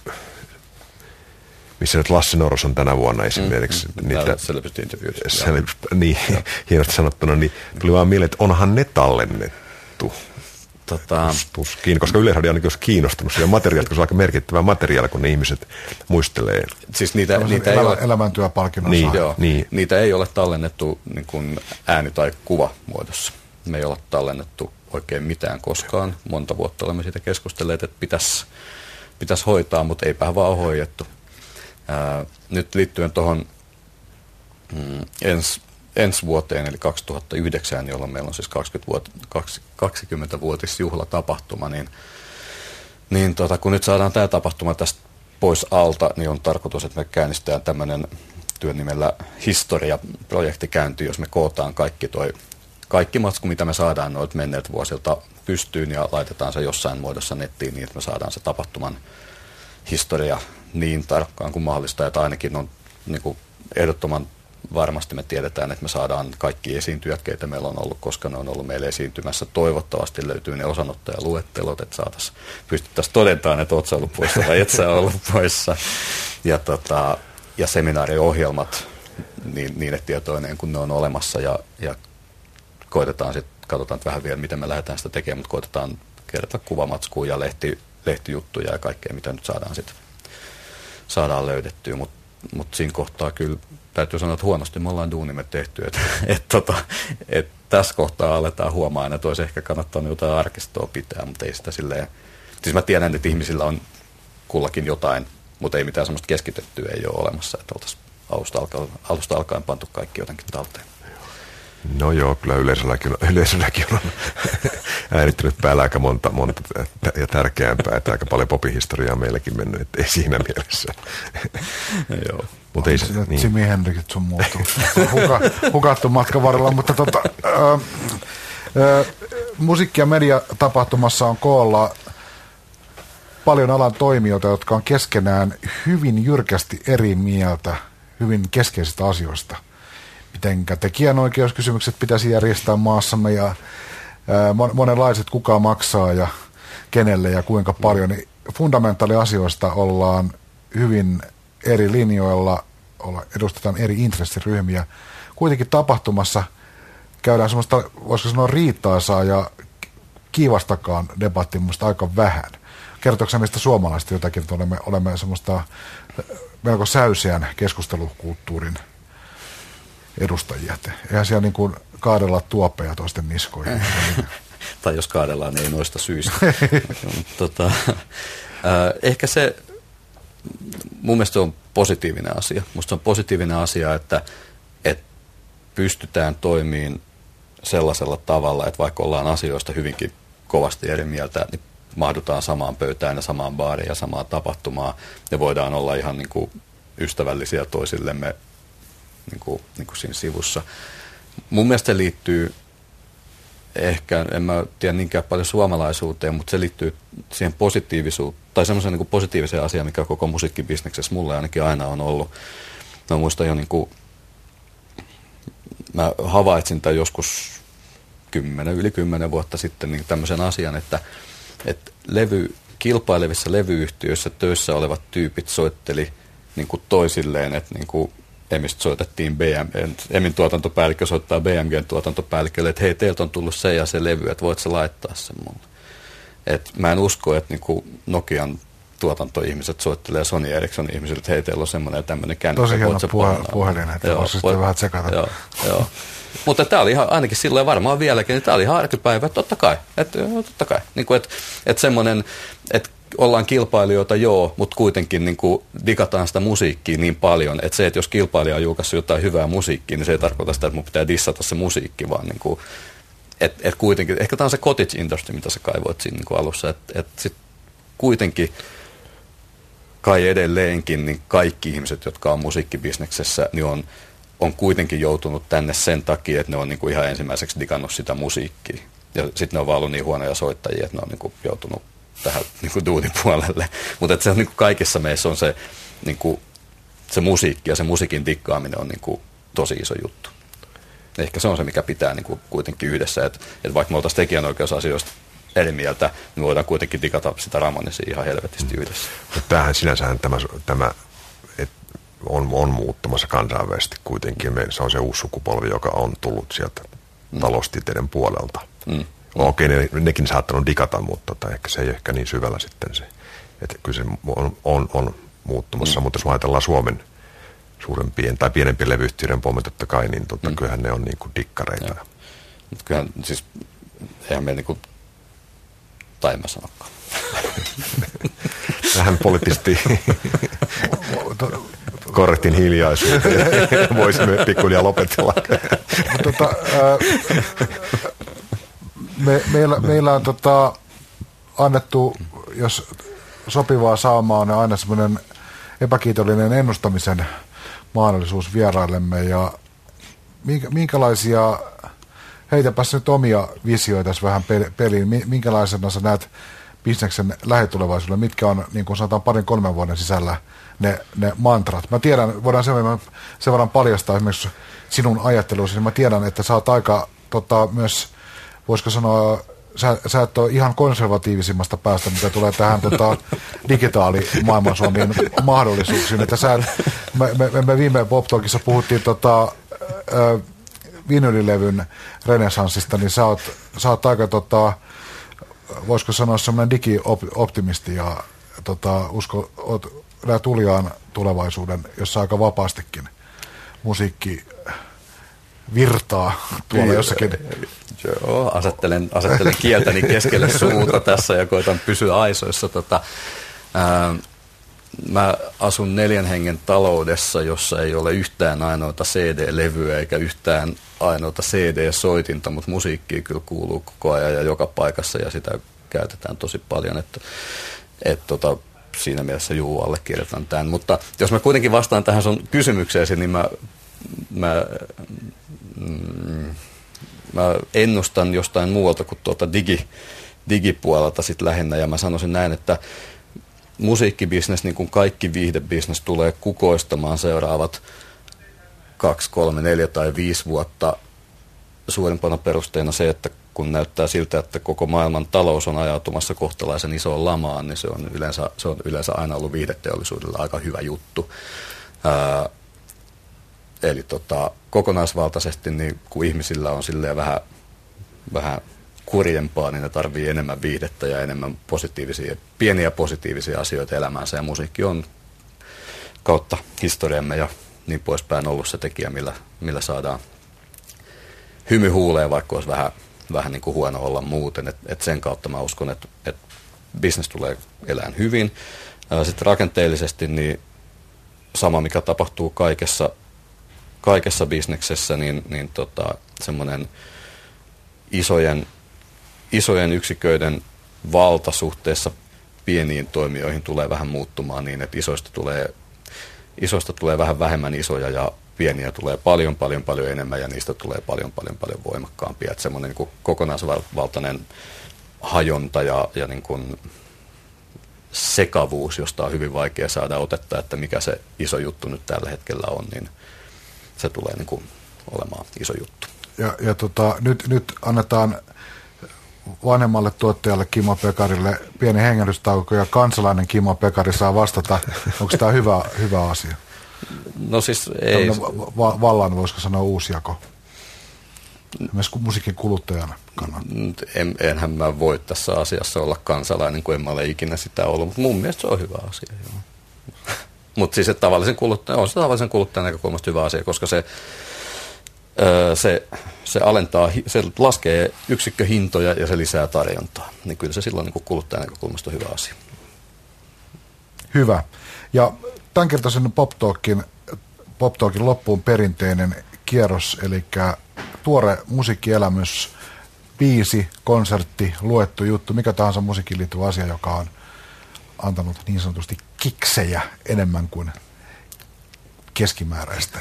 missä nyt Lasse Norros on tänä vuonna esimerkiksi. Mm, niitä, Celebrity Interviews. Niin, hienosti sanottuna, niin tuli vaan mieleen, että onhan ne tallennettu. Tota... Tuskin, koska Yleisradio ainakin olisi kiinnostunut siihen materiaalia, koska se on aika merkittävää materiaalia, kun ne ihmiset muistelee. Siis niitä, niitä elämä, ei ole, elämäntyöpalkinnon niin, joo, niin. Niitä ei ole tallennettu niin kuin ääni- tai kuvamuodossa. Me ei ole tallennettu oikein mitään koskaan. Monta vuotta olemme siitä keskustelleet, että pitäisi pitäis hoitaa, mutta eipä vaan ole hoidettu. Ää, nyt liittyen tuohon mm, ens, ensi vuoteen, eli kaksituhattayhdeksän, jolloin meillä on siis kaksikymmentävuotisjuhlatapahtuma, niin, niin tota, kun nyt saadaan tämä tapahtuma tästä pois alta, niin on tarkoitus, että me käynnistetään tämmöinen työn nimellä historiaprojekti käyntiin, jos me kootaan kaikki toi, kaikki matsku, mitä me saadaan noilta menneiltä vuosilta pystyyn ja laitetaan se jossain muodossa nettiin niin, että me saadaan se tapahtuman historia niin tarkkaan kuin mahdollista, että ainakin on niin kuin ehdottoman varmasti me tiedetään, että me saadaan kaikki esiintyjät, keitä meillä on ollut, koska ne on ollut meille esiintymässä. Toivottavasti löytyy ne osanottajaluettelot, että saataisiin, pystyttäisiin todentamaan, että oot sä ollut poissa vai et sä ollut poissa. Ja, tota, ja seminaariohjelmat niin, niille tietoineen, kun ne on olemassa ja, ja koitetaan sitten, katsotaan vähän vielä, miten me lähdetään sitä tekemään, mutta koitetaan kertoa kuvamatskua ja lehti, lehtijuttuja ja kaikkea, mitä nyt saadaan sitten saadaan löydettyä, mutta mut siinä kohtaa kyllä täytyy sanoa, että huonosti me ollaan duunimme tehty, että et, tota, et tässä kohtaa aletaan huomaa, että olisi ehkä kannattanut jotain arkistoa pitää, mutta ei sitä silleen, siis mä tiedän, että ihmisillä on kullakin jotain, mutta ei mitään semmoista keskitettyä ei ole olemassa, että oltaisiin alusta alkaen, alusta alkaen pantu kaikki jotenkin talteen. No joo, kyllä yleisölläkin on, yleisölläkin on äänittänyt päällä aika monta, monta ja tärkeämpää, että aika paljon popihistoriaa meilläkin mennyt, että ei siinä mielessä. Joo. Mutta ei se, niin. Jimi Hendrikit sun muutu. Huka, hukattu matkan varrella, mutta tota, ää, ää, musiikki- ja mediatapahtumassa on koolla paljon alan toimijoita, jotka on keskenään hyvin jyrkästi eri mieltä hyvin keskeisistä asioista. Mitenkä tekijänoikeuskysymykset pitäisi järjestää maassamme ja ää, monenlaiset kuka maksaa ja kenelle ja kuinka paljon. Niin fundamentaaliasioista ollaan hyvin eri linjoilla, edustetaan eri intressiryhmiä. Kuitenkin tapahtumassa käydään semmoista, voisiko sanoa, riitaisaa ja kiivastakaan debattia musta aika vähän. Kertooko mistä suomalaista jotakin, että olemme, olemme semmoista melko säyseän keskustelukulttuurin edustajia. Että eihän siellä niin kuin kaadella tuoppeja toisten niskoihin. Tai jos kaadellaan, niin ei noista syistä. tota, äh, ehkä se, mun mielestä se on positiivinen asia. Musta on positiivinen asia, että, pystytään toimimaan sellaisella tavalla, että vaikka ollaan asioista hyvinkin kovasti eri mieltä, niin mahdutaan samaan pöytään ja samaan baariin ja samaan tapahtumaan ja voidaan olla ihan niin kuin ystävällisiä toisillemme niin kuin, niin kuin siinä sivussa. Mun mielestä se liittyy ehkä, en mä tiedä niinkään paljon suomalaisuuteen, mutta se liittyy siihen positiivisuuteen, tai semmoisen niin kuin positiiviseen asiaan, mikä koko musiikkibisneksessä mulle ainakin aina on ollut. Mä muistan jo niin kuin, mä havaitsin tämän joskus kymmenen, yli kymmenen vuotta sitten niin tämmöisen asian, että, että levy, kilpailevissa levyyhtiöissä töissä olevat tyypit soitteli niin kuin toisilleen, että niin kuin Emistä soitettiin B M G, Emin tuotantopäällikkö soittaa B M G:n tuotantopäällikölle, että hei, teiltä on tullut se ja se levy, että voit sä laittaa sen mulle. Et mä en usko, että niinku Nokian tuotantoihmiset soittelee Sony Ericsson ihmisille, että hei, teillä on semmoinen ja tämmöinen kännykkä. Tosi hieno puhe, puhelin, että joo, voisi sitten vähän tsekata. Joo, joo. Mutta tämä oli ihan, ainakin silloin varmaan vieläkin, niin tämä oli ihan arkipäivä, että totta kai, että totta kai. Niin kuin, että, että semmoinen, että ollaan kilpailijoita, joo, mutta kuitenkin niin kuin digataan sitä musiikkia niin paljon, että se, että jos kilpailija on julkaissut jotain hyvää musiikkia, niin se ei tarkoita sitä, että mun pitää dissata se musiikki, vaan niin kuin, että et kuitenkin, ehkä tämä on se cottage industry, mitä sä kaivoit siinä niin kuin alussa, että et sitten kuitenkin kai edelleenkin niin kaikki ihmiset, jotka on musiikkibisneksessä, niin on, on kuitenkin joutunut tänne sen takia, että ne on niin kuin ihan ensimmäiseksi digannut sitä musiikkia. Ja sitten ne on vaan ollut niin huonoja soittajia, että ne on niin kuin joutunut tähän niin kuin duunipuolelle. Mutta se on niin kuin kaikissa meissä on se, niin kuin, se musiikki ja se musiikin dikkaaminen on niin kuin tosi iso juttu. Ehkä se on se, mikä pitää niin kuin kuitenkin yhdessä, että, että vaikka me oltaisiin tekijänoikeusasioista eri mieltä, niin voidaan kuitenkin digata sitä Ramonesia ihan helvetisti yhdessä. Tämähän sinänsähän tämä, tämä on, on muuttumassa kansainvälisesti kuitenkin. Se on se uusi sukupolvi, joka on tullut sieltä mm. taloustieteiden puolelta. Mm. Okei, ne, nekin saattanut digata, mutta tota, ehkä se ei ehkä niin syvällä sitten se. Että kyllä se on, on, on muuttumassa, mm. mutta jos ajatellaan Suomen suurempien tai pienempien levyyhtiöiden pommin totta kai, niin tota, mm. kyllähän ne on niin kuin dikkareita. Mutta kyllähän siis, eihän me niin kuin, tai en mä sanokaan. Vähän poliittisesti korrektin hiljaisuuteen. Voisimme pikkuhiljaa lopetella. tota, me, meillä, meillä on tota, annettu, jos sopivaa saamaan, on aina semmoinen epäkiitollinen ennustamisen mahdollisuus vieraillemme. Ja minkä, minkälaisia, heitäpäs nyt omia visioita vähän peliin, minkälaisena sä näet bisneksen lähitulevaisuudelle, mitkä on, niin kuin sanotaan, parin kolmen vuoden sisällä ne, ne mantrat. Mä tiedän, voidaan sen verran, sen verran paljastaa esimerkiksi sinun ajattelusi, niin mä tiedän, että sä oot aika tota, myös, voisiko sanoa, sä, sä et ole ihan konservatiivisimmasta päästä, mitä tulee tähän tota, digitaalimaailman suomien mahdollisuuksiin. Että sä, me, me, me viime Pop Talkissa puhuttiin tota, äh, vinylilevyn renessanssista, niin sä oot, sä oot aika tota, voisiko sanoa semmoinen digioptimisti ja tota, usko, oot, näet uljaan tulevaisuuden, jossa aika vapaastikin musiikki virtaa tuolla jossakin. Joo, asettelen, asettelen kieltäni keskelle suuta tässä ja koitan pysyä aisoissa. Tota, ää, mä asun neljän hengen taloudessa, jossa ei ole yhtään ainoata C D-levyä eikä yhtään ainoata C D-soitinta, mutta musiikkia kyllä kuuluu koko ajan ja joka paikassa ja sitä käytetään tosi paljon, että et, tota, siinä mielessä juu allekirjoitan tämän. Mutta jos mä kuitenkin vastaan tähän sun kysymykseesi, niin mä, mä, mm, mä ennustan jostain muualta kuin tuolta digi, digipuolelta sit lähinnä ja mä sanoisin näin, että musiikkibisnes, niin kuin kaikki viihdebisnes, tulee kukoistamaan seuraavat kaksi, kolme, neljä tai viisi vuotta. Suurimpana perusteena se, että kun näyttää siltä, että koko maailman talous on ajautumassa kohtalaisen isoon lamaan, niin se on yleensä, se on yleensä aina ollut viihdeteollisuudella aika hyvä juttu. Ää, eli tota, kokonaisvaltaisesti, niin kun ihmisillä on silleen vähän, vähän kurjempaa, niin ne tarvii enemmän viihdettä ja enemmän positiivisia, pieniä positiivisia asioita elämäänsä. Ja musiikki on kautta historiamme ja niin poispäin ollut se tekijä, millä, millä saadaan hymy huuleen, vaikka olisi vähän, vähän niin kuin huono olla muuten. Et, et sen kautta mä uskon, että et business tulee elään hyvin. Sitten rakenteellisesti niin sama, mikä tapahtuu kaikessa, kaikessa bisneksessä niin, niin tota, semmoinen isojen, isojen yksiköiden valta suhteessa pieniin toimijoihin tulee vähän muuttumaan niin, että isoista tulee, isoista tulee vähän vähemmän isoja ja pieniä tulee paljon, paljon, paljon enemmän ja niistä tulee paljon, paljon, paljon voimakkaampia. Että semmoinen niin kuin kokonaisvaltainen hajonta ja, ja niin kuin sekavuus, josta on hyvin vaikea saada otetta, että mikä se iso juttu nyt tällä hetkellä on, niin se tulee niin kuin olemaan iso juttu. Ja, ja tota, nyt, nyt annetaan vanhemmalle tuottajalle Kimmo Pekarille pieni hengähdystauko ja kansalainen Kimmo Pekari saa vastata. Onko tämä hyvä, hyvä asia? No siis ei. Va- vallan, voisiko sanoa uusjako? Myös musiikin kuluttajan kannalta. En, enhän mä voi tässä asiassa olla kansalainen, kun en mä ole ikinä sitä ollut, mutta mun mielestä se on hyvä asia. Mutta siis että tavallisen kuluttajan, on se tavallisen kuluttajan näkökulmasta hyvä asia, koska se, öö, se, se alentaa, se laskee yksikköhintoja ja se lisää tarjontaa. Niin kyllä se silloin niin kuluttajan näkökulmasta on hyvä asia. Hyvä. Ja tämänkertaisen Pop Talkin, Pop Talkin loppuun perinteinen kierros, eli tuore musiikkielämys, biisi, konsertti, luettu juttu, mikä tahansa musiikkiin liittyvä asia, joka on antanut niin sanotusti kiksejä enemmän kuin keskimääräistä.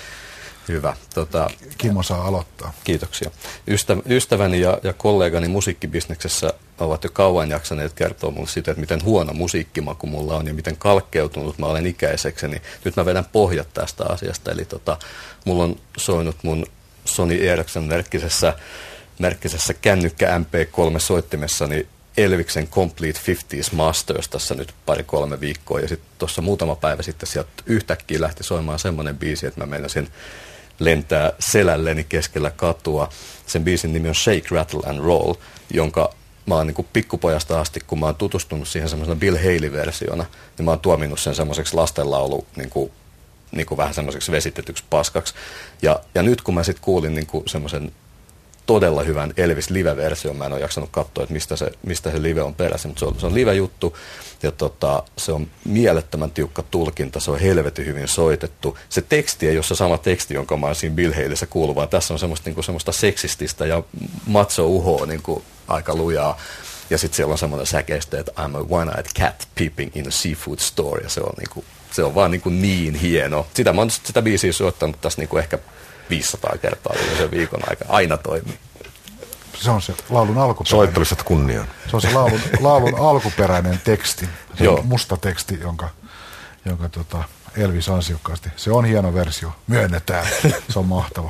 Hyvä. Tota, Kimmo saa aloittaa. Kiitoksia. Ystä, ystäväni ja, ja kollegani musiikkibisneksessä ovat jo kauan jaksaneet kertoa mulle siitä, että miten huono musiikkimaku mulla on ja miten kalkkeutunut mä olen ikäisekseni. Nyt mä vedän pohjat tästä asiasta. Eli tota, mulla on soinut mun Sony Ericsson merkkisessä, merkkisessä kännykkä M P kolme soittimessani Elviksen Complete viisikymmentä Masters tässä nyt pari-kolme viikkoa. Ja sitten tuossa muutama päivä sitten sieltä yhtäkkiä lähti soimaan semmoinen biisi, että mä meinasin lentää selälleni keskellä katua. Sen biisin nimi on Shake, Rattle and Roll, jonka mä oon niin kuin pikkupojasta asti, kun mä oon tutustunut siihen semmoisena Bill Haley-versiona, niin mä oon tuominnut sen semmoiseksi lastenlaulu niin kuin, niin kuin vähän semmoiseksi vesitetyksi paskaksi. Ja, ja nyt kun mä sitten kuulin niin kuin semmoisen todella hyvän Elvis live-version, mä en ole jaksanut katsoa, että mistä se, mistä se live on peräisin, mutta se on, se on live-juttu ja tota, se on mielettömän tiukka tulkinta, se on helvetin hyvin soitettu. Se teksti ei ole se sama teksti, jonka mä oon siinä Bill Haleyssä kuullut, vaan tässä on semmoista, niin kuin, semmoista seksististä ja macho-uhoa niin kuin aika lujaa. Ja sitten siellä on semmoinen säkeistö, että I'm a one-eyed cat peeping in a seafood store, ja se on, niin kuin, se on vaan niin, kuin niin hieno. Sitä mä oon sitä biisiä soittanut tässä niin kuin ehkä viisisataa kertaa sen viikon aikana. Aina toimii. Se on se laulun alkuperäinen. Soittelistat kunniaan. Se on se laulun, laulun alkuperäinen teksti. Se on musta teksti, jonka, jonka tota Elvis ansiokkaasti. Se on hieno versio. Myönnetään. Se on mahtava.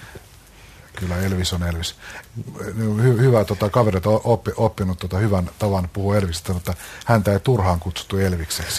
Kyllä Elvis on Elvis. Hy, hyvä tota, kaverit on oppi, oppinut tota, hyvän tavan puhua Elvisistä, mutta häntä ei turhaan kutsuttu Elvikseksi.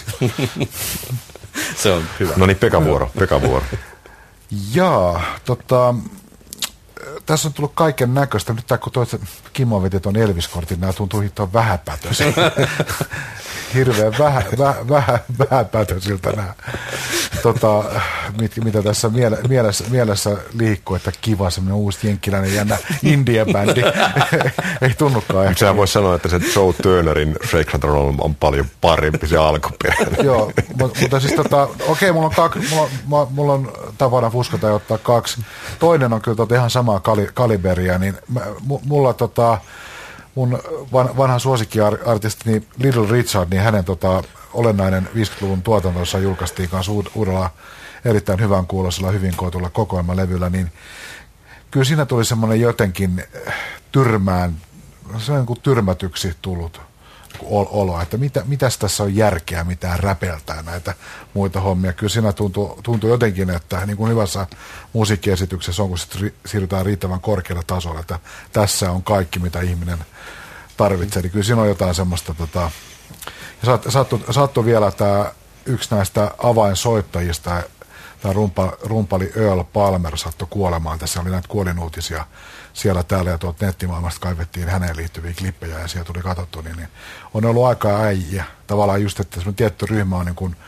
Se on hyvä. No niin, Pekan vuoro. Pekan vuoro. Jaa, tota, tässä on tullut kaiken näköistä. Nyt kun toiset Kimmo veti tuon Elvis-kortin, nämä tuntuu hittoon vähäpätöisiltä. Hirveän vähä, vähä, vähä, vähäpätöisiltä nämä. Tota, mit, mitä tässä miele, mielessä, mielessä liikkuu, että kiva semmoinen uusi jenkkiläinen jännä indie-bändi. Ei tunnukaan. Sehän voisi sanoa, että se Joe Turnerin Shake, Rattle Roll on paljon parempi se alkuperäinen. Joo, mutta siis tota, okei, okay, mulla on, kaksi, mulla, mulla on tapana fuskata ja ottaa kaksi. Toinen on kyllä tota ihan samaa kali, kaliberia, niin mä, mulla tota, mun vanha suosikkiartisti, niin Little Richard, niin hänen tota, olennainen viisikymmentäluvun tuotantonsa julkaistiin kanssa uudella erittäin hyvän kuulosella, hyvin kootulla kokoelmalevyllä, niin kyllä siinä tuli semmoinen jotenkin tyrmään, semmoinen kuin tyrmätyksi tullut olo, että mitä, mitäs tässä on järkeä, mitään räpeltää näitä muita hommia. Kyllä siinä tuntuu, tuntuu jotenkin, että niin kuin hyvässä musiikkiesityksessä on, kun sit siirrytään riittävän korkealle tasolle, että tässä on kaikki, mitä ihminen tarvitsee. Eli kyllä siinä on jotain semmoista, tota, ja sattu, sattu vielä tämä yksi näistä avainsoittajista, tämä rumpa, rumpali Earl Palmer sattui kuolemaan. Tässä oli näitä kuolinuutisia siellä täällä ja tuolta nettimaailmasta kaivettiin häneen liittyviä klippejä ja siellä tuli katsottu, niin, niin on ollut aikaa äijä. Tavallaan just, että semmoinen tietty ryhmä on niin kuin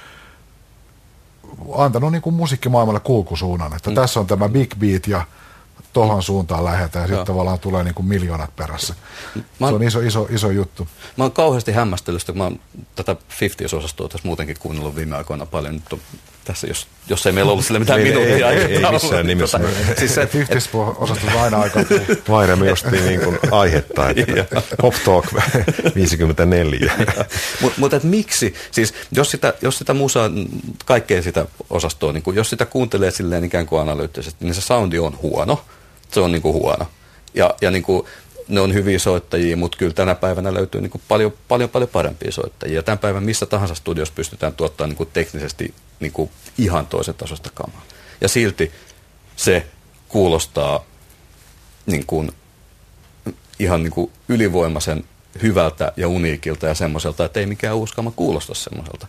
antanut niin kuin musiikkimaailmalle kulkusuunnan, että mm. tässä on tämä big beat ja tohon suuntaan lähdetään ja sitten tavallaan tulee niin kuin miljoonat perässä. Mä oon, se on iso, iso, iso juttu. Mä oon kauheasti hämmästellystä, kun mä oon tätä viisikymmentä-osastoa tässä muutenkin kuunnellut viime aikoina paljon. Nyt on tässä, jos, jos ei meillä ollut sille mitään minuuttia. Ei, ei, ei missään nimessä. Tota, siis se yhteispuolosastus aina aika Vaina me justiin niin kuin aihetta, että Pop Talk viisikymmentäneljä. Mutta mut, miksi? Siis jos sitä, jos sitä musaa, kaikkea sitä osastoa, niin kun, jos sitä kuuntelee silleen ikään kuin analyyttisesti, niin se soundi on huono. Se on niin kuin huono. Ja, ja niin kuin, ne on hyviä soittajia, mutta kyllä tänä päivänä löytyy niin kuin paljon, paljon, paljon parempia soittajia. Ja tämän päivän missä tahansa studiossa pystytään tuottamaan niin kuin teknisesti niin kuin ihan toisen tasosta kamaa. Ja silti se kuulostaa niin kuin, ihan niin kuin ylivoimaisen hyvältä ja uniikilta ja semmoiselta, että ei mikään uusi kama kuulosta semmoiselta.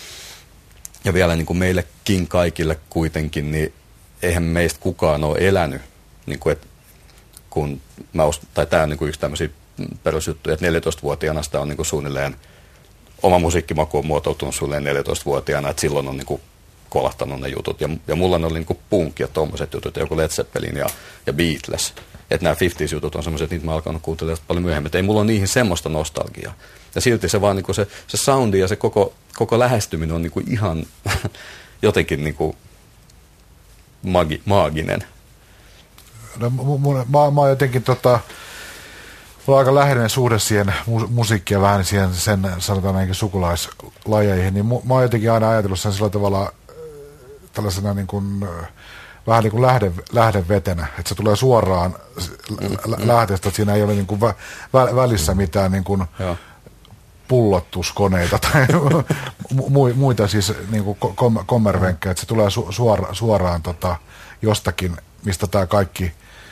Ja vielä niin kuin meillekin kaikille kuitenkin, niin eihän meistä kukaan ole elänyt, niin kuin, että kun mä ost- tai tämä on niin kuin yksi tämmöisiä perusjuttuja, että neljätoistavuotiaana sitä on niin kuin suunnilleen, oma musiikkimaku on muotoutunut suunnilleen neljätoistavuotiaana, että silloin on niin kuin kolahtanut ne jutut. Ja, ja mulla ne oli niin kuin punk ja tommoset jutut, joku Led Zeppelin ja, ja Beatles. Että nämä viisikymmentä-jutut on semmoiset, että niitä mä oon alkanut kuuntelemaan paljon myöhemmin. Että ei mulla ole niihin semmoista nostalgiaa. Ja silti se vaan niin kuin se, se soundi ja se koko, koko lähestyminen on niin kuin ihan jotenkin niin kuin magi, maaginen. No, mä, mä oon jotenkin tota, mulla on aika läheinen suhde siihen mu- musiikkia vähän siihen sen sanotaan näinkin sukulaislajeihin, niin mä oon jotenkin aina ajatellut sen sillä tavalla tällaisena niin kuin, vähän niin kuin lähde, lähdevetenä, että se tulee suoraan lä- lähteestä, että siinä ei ole niin kuin vä- vä- välissä mitään niin kuin pullottuskoneita tai mu- muita siis niin kuin kom- kommervenkkejä, että se tulee su- suora- suoraan tota, jostakin, mistä tämä kaikki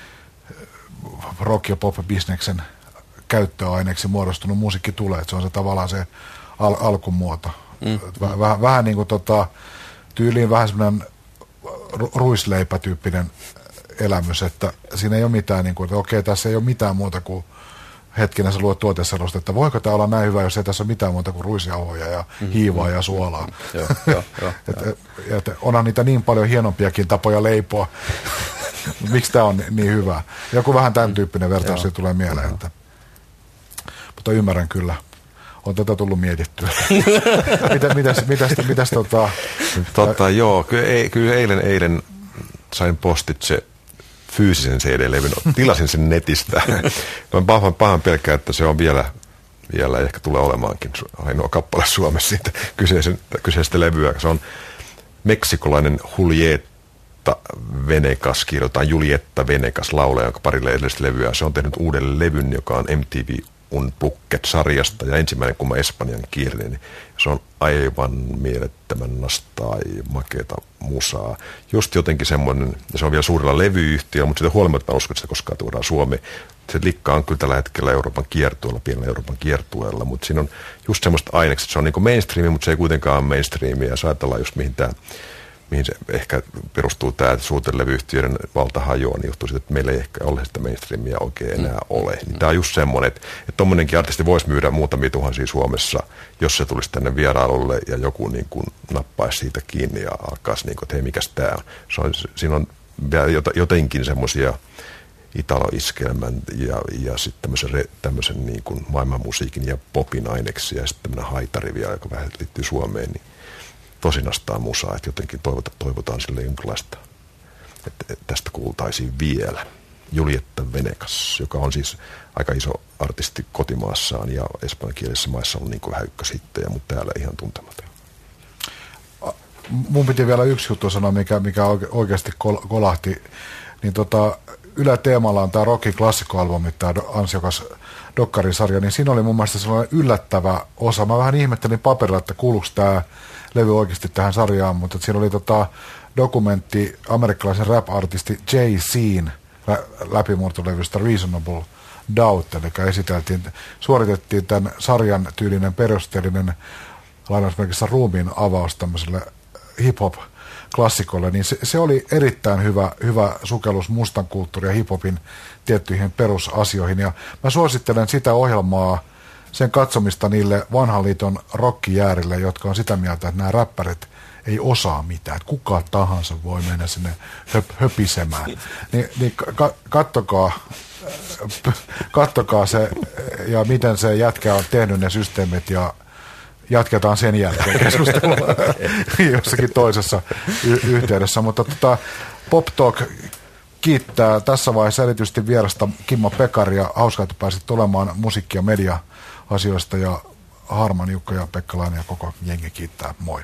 rock- ja pop-bisneksen käyttöaineeksi muodostunut musiikki tulee. Että se on se tavallaan se al- alkumuoto. Mm. Väh, väh, vähän niin kuin tota, tyyliin vähän semmoinen ruisleipätyyppinen elämys, että siinä ei ole mitään, niin kuin, että okei, tässä ei ole mitään muuta kuin hetkinen sä luot tuoteselosta, että voiko tämä olla näin hyvä, jos ei tässä ole mitään muuta kuin ruisjauhoja ja hiivaa ja suolaa. Joo, joo, joo. et, et, onhan niitä niin paljon hienompiakin tapoja leipoa. Miksi tämä on niin hyvä? Joku vähän tämän tyyppinen vertaus siitä tulee mieleen. Että, mutta ymmärrän kyllä. On tätä tullut mietittyä. Mitä, mitäs, mitäs, mitäs tota... Totta, joo. Kyllä, ei, kyllä eilen, eilen sain postitse fyysisen C D-levyn. Tilasin sen netistä. Olen pahan, pahan pelkkää, että se on vielä, vielä ehkä tulee olemaankin ainoa kappale Suomessa siitä kyseisen, kyseisestä levyä. Se on meksikolainen Julieta Venegas, kirjoitetaan Julietta Venegas, laulaja, jonka parille edellistä levyä. Se on tehnyt uuden levyn, joka on M T V Unplugged-sarjasta ja ensimmäinen kumma espanjan kielinen. Niin se on aivan mielettömän nastaa ja makeata musaa. Just jotenkin semmoinen, ja se on vielä suurella levyyhtiö, mutta sitä huolimatta mä uskon, että sitä koskaan tuodaan Suomeen. Se likka on kyllä tällä hetkellä Euroopan kiertueella, pienellä Euroopan kiertueella, mutta siinä on just semmoista ainekset. Se on niin kuin mainstreami, mutta se ei kuitenkaan ole mainstreamia. Ja jos ajatellaan just mihin tämä mihin se ehkä perustuu tämä suurten levyyhtiöiden valtahajoa, niin johtuu siitä, että meillä ei ehkä ole sitä mainstreamia oikein enää ole. Niin tämä on just semmoinen, että tuommoinenkin artisti voisi myydä muutamia tuhansia Suomessa, jos se tulisi tänne vierailulle ja joku niin kuin nappaisi siitä kiinni ja alkaisi, niin kuin, että hei, mikäs tämä on. Se on. Siinä on jotenkin semmoisia italo-iskelmän ja, ja sitten tämmöisen, tämmöisen niin kuin maailmanmusiikin ja popin aineksia ja sitten tämmöinen haitari vielä, joka vähän liittyy Suomeen, niin tosi nastaa musaa, että jotenkin toivotaan, toivotaan sille jonkinlaista, että tästä kuultaisiin vielä. Julietta Venegas, joka on siis aika iso artisti kotimaassaan ja espanjankielisessä maissa on niin kuin vähän ykköshittejä, mutta täällä ihan tuntematon. Mun piti vielä yksi juttu sanoa, mikä, mikä oikeasti kolahti. Niin tota, Yle Teemalla on tämä Rockin klassikkoalbumi, tämä ansiokas dokkarisarja, niin siinä oli mun mielestä sellainen yllättävä osa. Mä vähän ihmettelin paperilla, että kuuluuko tämä levy oikeasti tähän sarjaan, mutta siinä oli tota dokumentti amerikkalaisen rap-artisti Jay-Z:n lä- läpimurtolevystä Reasonable Doubt, eli esiteltiin, suoritettiin tämän sarjan tyylinen perusteellinen lainausmerkissä ruumiin avaus tämmöiselle hip-hop-klassikolle, niin se, se oli erittäin hyvä, hyvä sukellus mustan kulttuurin ja hip-hopin tiettyihin perusasioihin, ja mä suosittelen sitä ohjelmaa, sen katsomista niille vanhan liiton rockijäärille, jotka on sitä mieltä, että nämä räppärit ei osaa mitään, että kuka tahansa voi mennä sinne höp, höpisemään. Ni, niin ka, kattokaa, kattokaa se, ja miten se jätkä on tehnyt ne systeemit ja, jatketaan sen jälkeen keskustelua jossakin toisessa y- yhteydessä. Mutta tota, Pop Talk kiittää tässä vaiheessa erityisesti vierasta Kimmo Pekaria. Hauskaa, että pääsit tulemaan musiikki- ja media-asioista, ja Harman, Jukka ja Pekkalainen ja koko jengi kiittää. Moi.